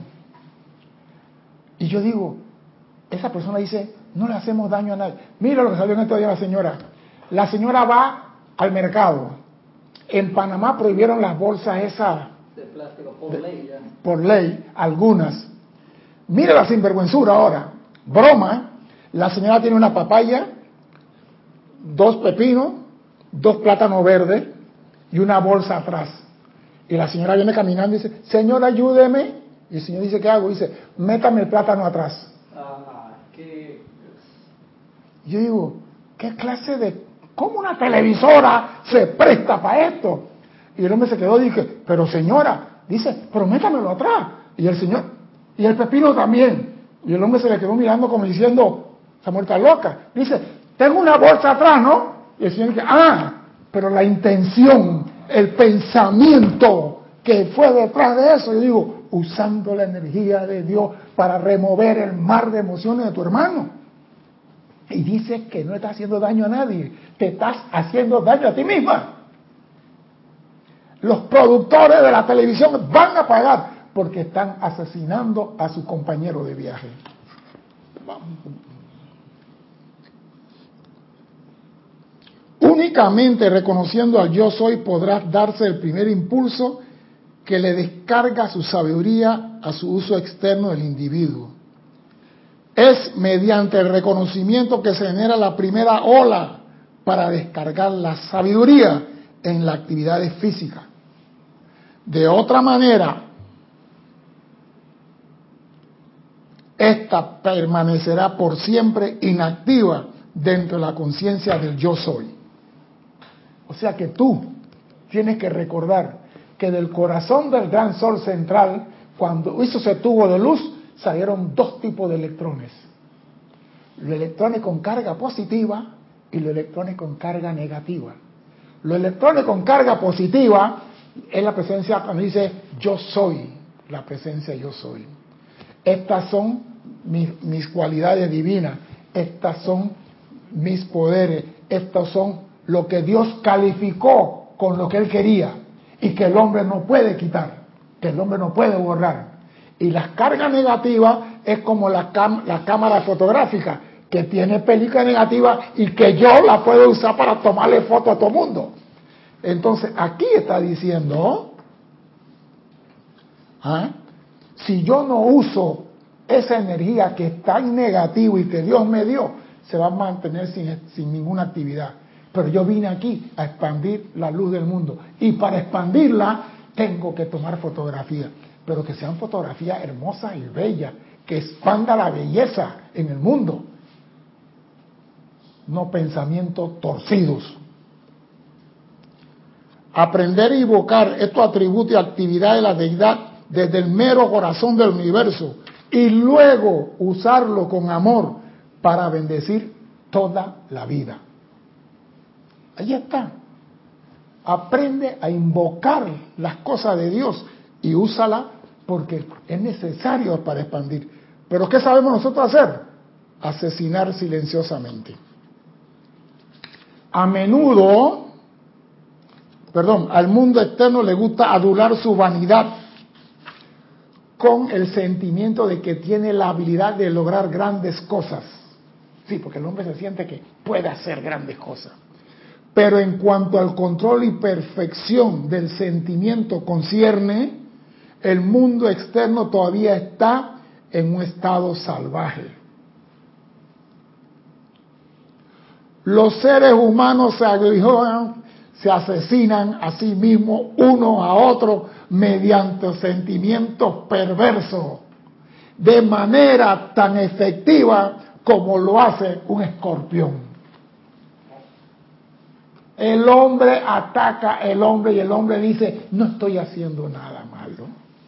Y yo digo, esa persona dice, no le hacemos daño a nadie. Mira lo que salió en estos días la señora. La señora va al mercado. En Panamá prohibieron las bolsas esas. De plástico, por de, ley ya. Por ley, algunas. Mira la sinvergüenzura ahora. Broma. La señora tiene una papaya, dos pepinos, dos plátanos verdes y una bolsa atrás. Y la señora viene caminando y dice, señor, ayúdeme. Y el señor dice, ¿qué hago? Dice, métame el plátano atrás. Ah, qué... Yo digo, ¿qué clase de... ¿Cómo una televisora se presta para esto? Y el hombre se quedó y dije, pero señora, dice, pero métamelo atrás. Y el señor, y el pepino también. Y el hombre se le quedó mirando como diciendo, esa muerta loca. Dice, tengo una bolsa atrás, ¿no? Y el señor dice, ah, pero la intención, el pensamiento que fue detrás de eso, yo digo, usando la energía de Dios para remover el mar de emociones de tu hermano. Y dices que no estás haciendo daño a nadie, te estás haciendo daño a ti misma. Los productores de la televisión van a pagar porque están asesinando a su compañero de viaje. Únicamente reconociendo al yo soy podrás darse el primer impulso que le descarga su sabiduría a su uso externo del individuo. Es mediante el reconocimiento que se genera la primera ola para descargar la sabiduría en las actividades físicas. De otra manera, esta permanecerá por siempre inactiva dentro de la conciencia del yo soy. O sea que tú tienes que recordar que del corazón del gran sol central, cuando hizo ese tubo de luz, salieron dos tipos de electrones. Los electrones con carga positiva y los electrones con carga negativa. Los electrones con carga positiva es la presencia cuando dice yo soy, la presencia yo soy. Estas son mis, mis cualidades divinas, estas son mis poderes, estos son lo que Dios calificó con lo que Él quería y que el hombre no puede quitar, que el hombre no puede borrar. Y las cargas negativas es como la, cam la cámara fotográfica, que tiene película negativa y que yo la puedo usar para tomarle foto a todo mundo. Entonces aquí está diciendo, ¿ah? Si yo no uso esa energía que está en negativo y que Dios me dio, se va a mantener sin, sin ninguna actividad. Pero yo vine aquí a expandir la luz del mundo. Y para expandirla tengo que tomar fotografías. Pero que sean fotografías hermosas y bellas. Que expanda la belleza en el mundo. No pensamientos torcidos. Aprender a invocar estos atributos y actividades de la deidad desde el mero corazón del universo. Y luego usarlo con amor para bendecir toda la vida. Ahí está. Aprende a invocar las cosas de Dios y úsala porque es necesario para expandir. Pero ¿qué sabemos nosotros hacer? Asesinar silenciosamente. A menudo, perdón, al mundo externo le gusta adular su vanidad con el sentimiento de que tiene la habilidad de lograr grandes cosas. Sí, porque el hombre se siente que puede hacer grandes cosas. Pero en cuanto al control y perfección del sentimiento concierne, el mundo externo todavía está en un estado salvaje. Los seres humanos se aguijonan, se asesinan a sí mismos uno a otro mediante sentimientos perversos, de manera tan efectiva como lo hace un escorpión. El hombre ataca al hombre y el hombre dice, no estoy haciendo nada malo.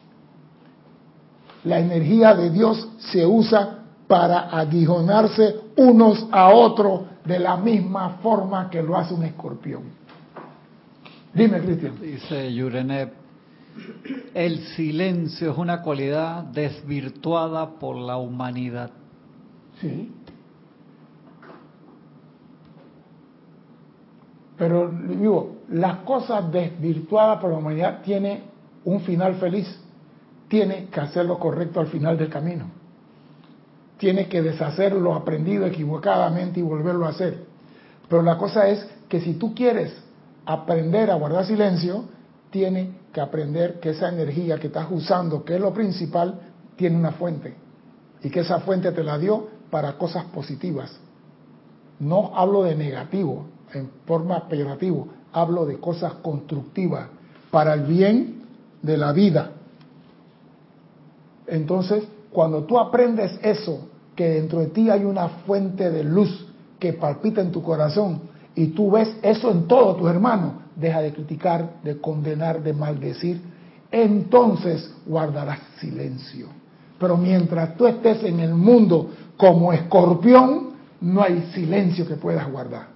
La energía de Dios se usa para aguijonarse unos a otros de la misma forma que lo hace un escorpión. Dime, Cristian. Dice Yurenev, el silencio es una cualidad desvirtuada por la humanidad. Sí. Pero digo, las cosas desvirtuadas por la humanidad tienen un final feliz. Tiene que hacer lo correcto al final del camino. Tiene que deshacer lo aprendido equivocadamente y volverlo a hacer. Pero la cosa es que si tú quieres aprender a guardar silencio, tienes que aprender que esa energía que estás usando, que es lo principal, tiene una fuente. Y que esa fuente te la dio para cosas positivas. No hablo de negativo, en forma peyorativa, hablo de cosas constructivas, para el bien de la vida. Entonces, cuando tú aprendes eso, que dentro de ti hay una fuente de luz que palpita en tu corazón, y tú ves eso en todos tus hermanos, deja de criticar, de condenar, de maldecir, entonces guardarás silencio. Pero mientras tú estés en el mundo como escorpión, no hay silencio que puedas guardar.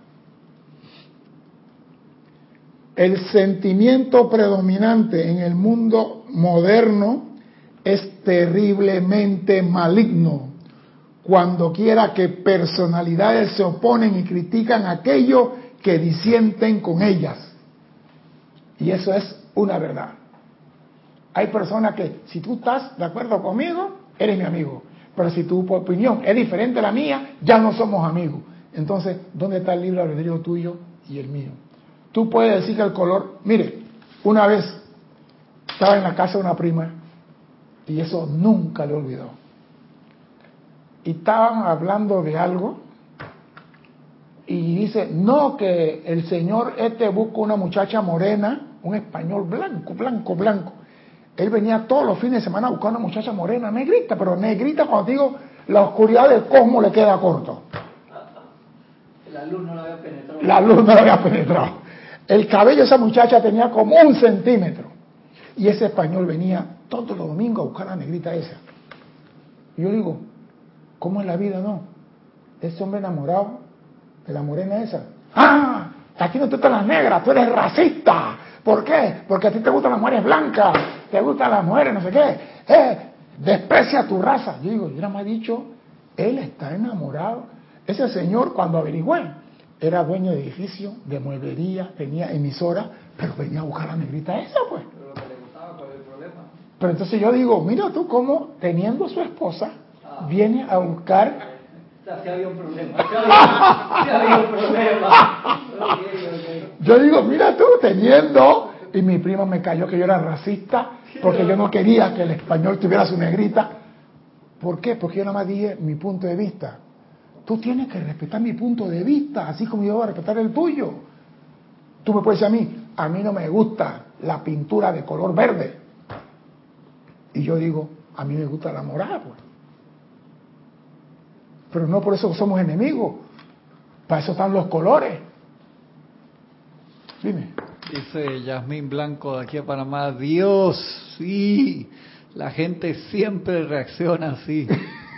El sentimiento predominante en el mundo moderno es terriblemente maligno. Cuando quiera que personalidades se oponen y critican aquello que disienten con ellas. Y eso es una verdad. Hay personas que, si tú estás de acuerdo conmigo, eres mi amigo. Pero si tu opinión es diferente a la mía, ya no somos amigos. Entonces, ¿dónde está el libre albedrío tuyo y el mío? Tú puedes decir que el color... Mire, una vez estaba en la casa de una prima y eso nunca le olvidó. Y estaban hablando de algo y dice, no, que el señor este busca una muchacha morena, un español blanco, blanco, blanco. Él venía todos los fines de semana a buscar una muchacha morena, negrita, pero negrita cuando digo, la oscuridad del cosmos le queda corto. La luz no la había penetrado. La luz no la había penetrado. El cabello de esa muchacha tenía como un centímetro. Y ese español venía todos los domingos a buscar a la negrita esa. Y yo digo, ¿cómo es la vida, no? Ese hombre enamorado de la morena esa. ¡Ah! Aquí no te gustan las negras, tú eres racista. ¿Por qué? Porque a ti te gustan las mujeres blancas, te gustan las mujeres, no sé qué. Eh, desprecia tu raza. Yo digo, yo nada más he dicho, él está enamorado. Ese señor, cuando averigüé, era dueño de edificio, de mueblería, tenía emisora, pero venía a buscar a la negrita esa, pues. Pero lo que le gustaba, ¿cuál es el problema? Pero entonces yo digo, mira tú cómo, teniendo su esposa, ah, viene a buscar... Sí había un problema, sí había, sí había un problema. Okay, okay. Yo digo, mira tú, teniendo... Y mi prima me cayó que yo era racista, porque yo no quería que el español tuviera su negrita. ¿Por qué? Porque yo nada más dije mi punto de vista. Tú tienes que respetar mi punto de vista, así como yo voy a respetar el tuyo. Tú me puedes decir a mí, a mí no me gusta la pintura de color verde. Y yo digo, a mí me gusta la morada, pues. Pero no por eso somos enemigos. Para eso están los colores. Dime. Dice Yasmín Blanco de aquí a Panamá, Dios, sí, la gente siempre reacciona así.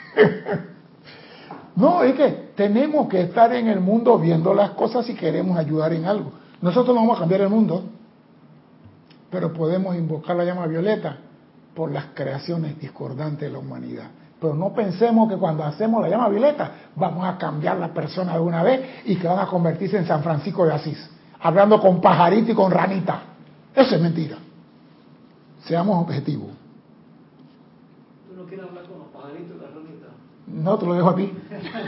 No, es que tenemos que estar en el mundo viendo las cosas si queremos ayudar en algo. Nosotros no vamos a cambiar el mundo, pero podemos invocar la llama violeta por las creaciones discordantes de la humanidad. Pero no pensemos que cuando hacemos la llama violeta vamos a cambiar la persona de una vez y que van a convertirse en San Francisco de Asís, hablando con pajarito y con ranita. Eso es mentira. Seamos objetivos. ¿Tú no quieres hablar con los pajaritos y las ranitas? No, te lo dejo a ti.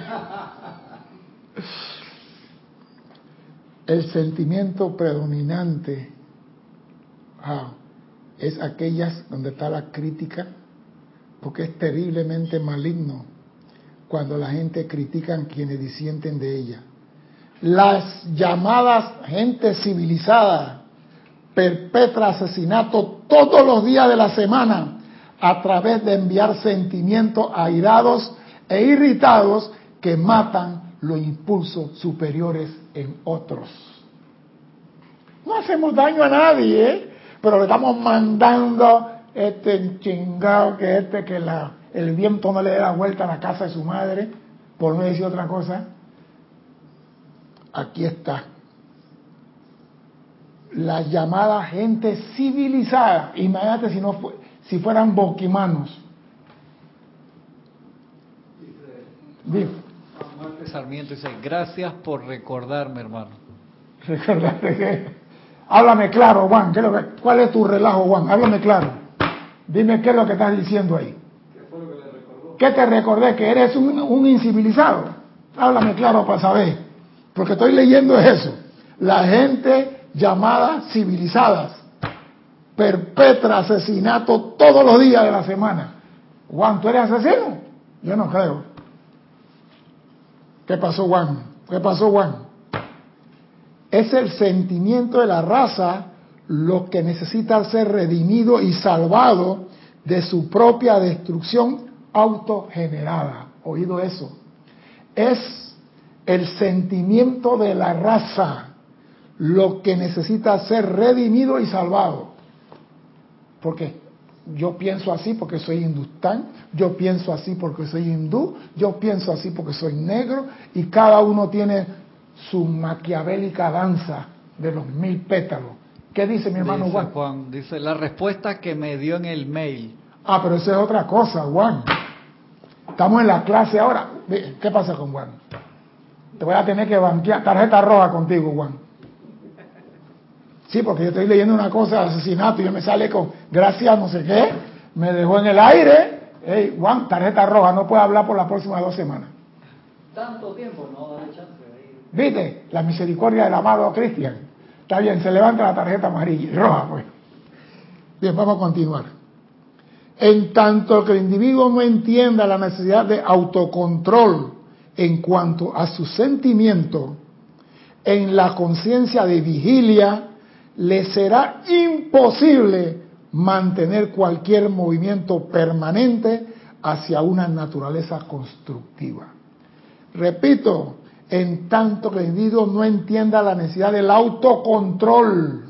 El sentimiento predominante ah, es aquellas donde está la crítica, porque es terriblemente maligno cuando la gente critica a quienes disienten de ella. Las llamadas gente civilizada perpetra asesinatos todos los días de la semana a través de enviar sentimientos airados e irritados que matan los impulsos superiores en otros. No hacemos daño a nadie, ¿eh? Pero le estamos mandando este chingado que este que la, el viento no le dé la vuelta a la casa de su madre, por no decir otra cosa. Aquí está. La llamada gente civilizada. Imagínate si no fu si fueran boquimanos. Dice Manuel Sarmiento, dice, gracias por recordarme, hermano. ¿Recordarte qué? Háblame claro, Juan. ¿Qué es lo que, ¿Cuál es tu relajo, Juan? Háblame claro. Dime qué es lo que estás diciendo ahí. ¿Qué fue lo que le recordó? ¿Qué te recordé? Que eres un, un incivilizado. Háblame claro para saber. Porque estoy leyendo eso. La gente llamada civilizadas perpetra asesinatos todos los días de la semana. Juan, ¿tú eres asesino? Yo no creo. ¿Qué pasó, Juan? ¿Qué pasó, Juan? Es el sentimiento de la raza lo que necesita ser redimido y salvado de su propia destrucción autogenerada. ¿Oído eso? Es el sentimiento de la raza lo que necesita ser redimido y salvado. Porque yo pienso así porque soy hindustán, yo pienso así porque soy hindú, yo pienso así porque soy negro, y cada uno tiene su maquiavélica danza de los mil pétalos. ¿Qué dice mi hermano dice, Juan? Juan? Dice, la respuesta que me dio en el mail. Ah, pero eso es otra cosa, Juan. Estamos en la clase ahora. ¿Qué pasa con Juan? Te voy a tener que banquear tarjeta roja contigo, Juan. Sí, porque yo estoy leyendo una cosa de asesinato y yo me sale con gracias no sé qué, me dejó en el aire. Hey, Juan, tarjeta roja, no puede hablar por las próximas dos semanas. Tanto tiempo, no, dale chance. Ahí. ¿Viste? La misericordia del amado Cristian. Está bien, se levanta la tarjeta amarilla, roja, pues. Bien, vamos a continuar. En tanto que el individuo no entienda la necesidad de autocontrol en cuanto a sus sentimientos, en la conciencia de vigilia, le será imposible mantener cualquier movimiento permanente hacia una naturaleza constructiva. Repito, en tanto que el individuo no entienda la necesidad del autocontrol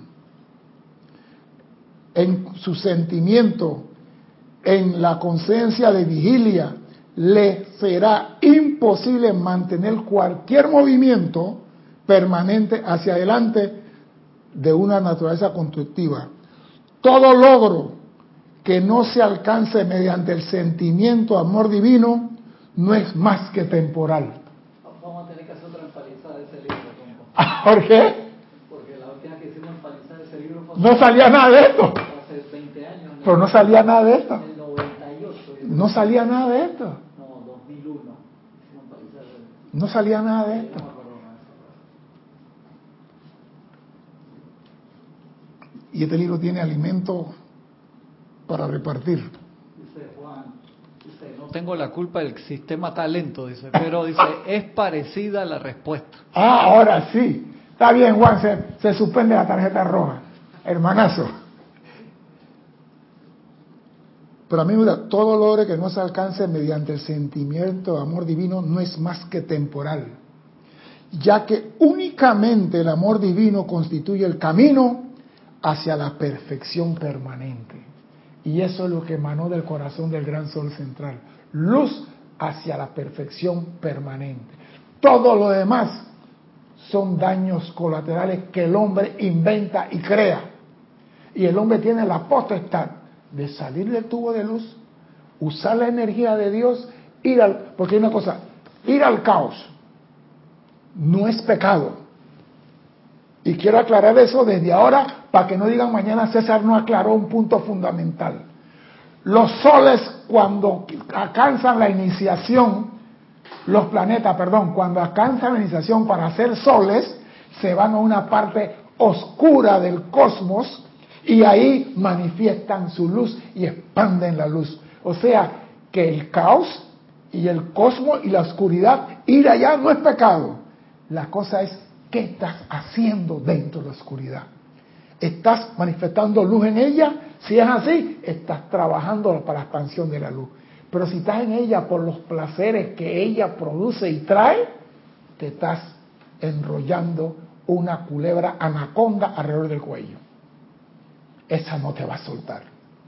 en su sentimiento, en la conciencia de vigilia, le será imposible mantener cualquier movimiento permanente hacia adelante de una naturaleza constructiva. Todo logro que no se alcance mediante el sentimiento amor divino no es más que temporal. Vamos a tener que hacer otra empalizada de ese libro. ¿Por qué? Porque la última que hicimos empalizada de ese libro fue no salía nada de esto. Hace veinte años. Pero no salía nada de esto. En el noventa y ocho. No salía nada de esto. No, dos mil uno. Hicimos empalizada de... No salía nada de esto. Y este libro tiene alimento para repartir. Dice Juan, dice, no tengo la culpa del sistema talento, dice, pero dice, es parecida la respuesta. Ah, ahora sí. Está bien, Juan, se, se suspende la tarjeta roja. Hermanazo. Pero a mí me da, todo logro que no se alcance mediante el sentimiento de amor divino no es más que temporal, ya que únicamente el amor divino constituye el camino hacia la perfección permanente. Y eso es lo que emanó del corazón del gran sol central. Luz hacia la perfección permanente. Todo lo demás son daños colaterales que el hombre inventa y crea. Y el hombre tiene la potestad de salir del tubo de luz, usar la energía de Dios, ir al... Porque hay una cosa, ir al caos no es pecado. Y quiero aclarar eso desde ahora para que no digan mañana César no aclaró un punto fundamental. Los soles cuando alcanzan la iniciación, los planetas, perdón, cuando alcanzan la iniciación para ser soles, se van a una parte oscura del cosmos y ahí manifiestan su luz y expanden la luz. O sea, que el caos y el cosmos y la oscuridad, ir allá no es pecado. La cosa es, ¿qué estás haciendo dentro de la oscuridad? ¿Estás manifestando luz en ella? Si es así, estás trabajando para la expansión de la luz. Pero si estás en ella por los placeres que ella produce y trae, te estás enrollando una culebra anaconda alrededor del cuello. Esa no te va a soltar.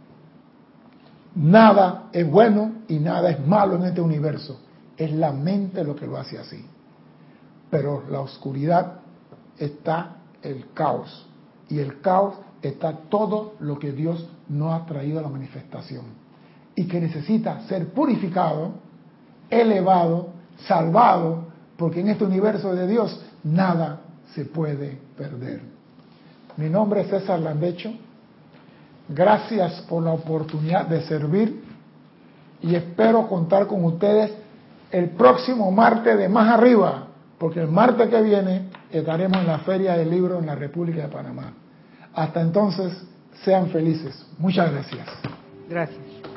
Nada es bueno y nada es malo en este universo. Es la mente lo que lo hace así. Pero la oscuridad está el caos. Y el caos está todo lo que Dios no ha traído a la manifestación. Y que necesita ser purificado, elevado, salvado, porque en este universo de Dios nada se puede perder. Mi nombre es César Landecho. Gracias por la oportunidad de servir y espero contar con ustedes el próximo martes de Más Arriba, porque el martes que viene estaremos en la Feria del Libro en la República de Panamá. Hasta entonces, sean felices. Muchas gracias. Gracias.